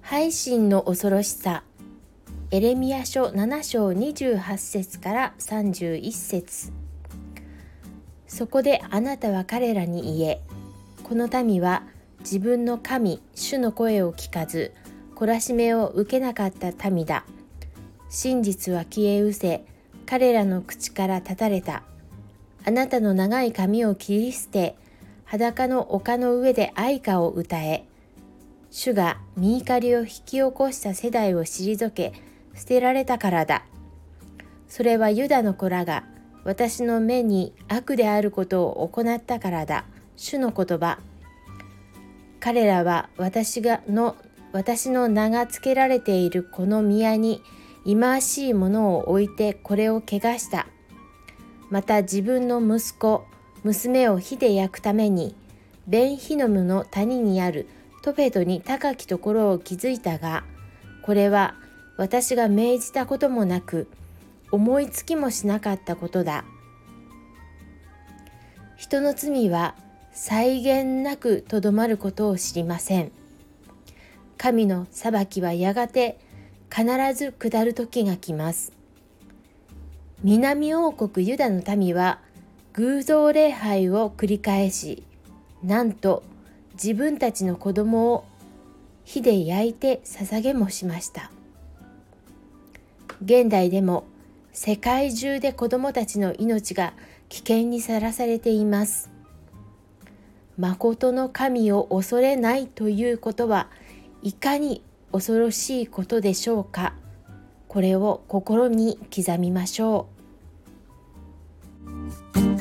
背信の恐ろしさ。エレミヤ書7章28節から31節。そこであなたは彼らに言え、この民は自分の神主の声を聞かず、懲らしめを受けなかった民だ。真実は消え失せ、彼らの口から断たれた。あなたの長い髪を切り捨て、裸の丘の上で哀歌を歌え。主が御怒りを引き起こした世代を退け、捨てられたからだ。それはユダの子らが私の目に悪であることを行ったからだ。主の言葉。彼らは私の名が付けられているこの宮に忌まわしいものを置いてこれを汚した。また自分の息子、娘を火で焼くために、ベンヒノムの谷にあるトフェトに高きところを築いたが、これは私が命じたこともなく、思いつきもしなかったことだ。人の罪は際限なくとどまることを知りません。神の裁きはやがて必ず下る時が来ます。南王国ユダの民は偶像礼拝を繰り返し、なんと自分たちの子供を火で焼いて捧げもしました。現代でも世界中で子供たちの命が危険にさらされています。誠の神を恐れないということはいかに恐ろしいことでしょうか。これを心に刻みましょう。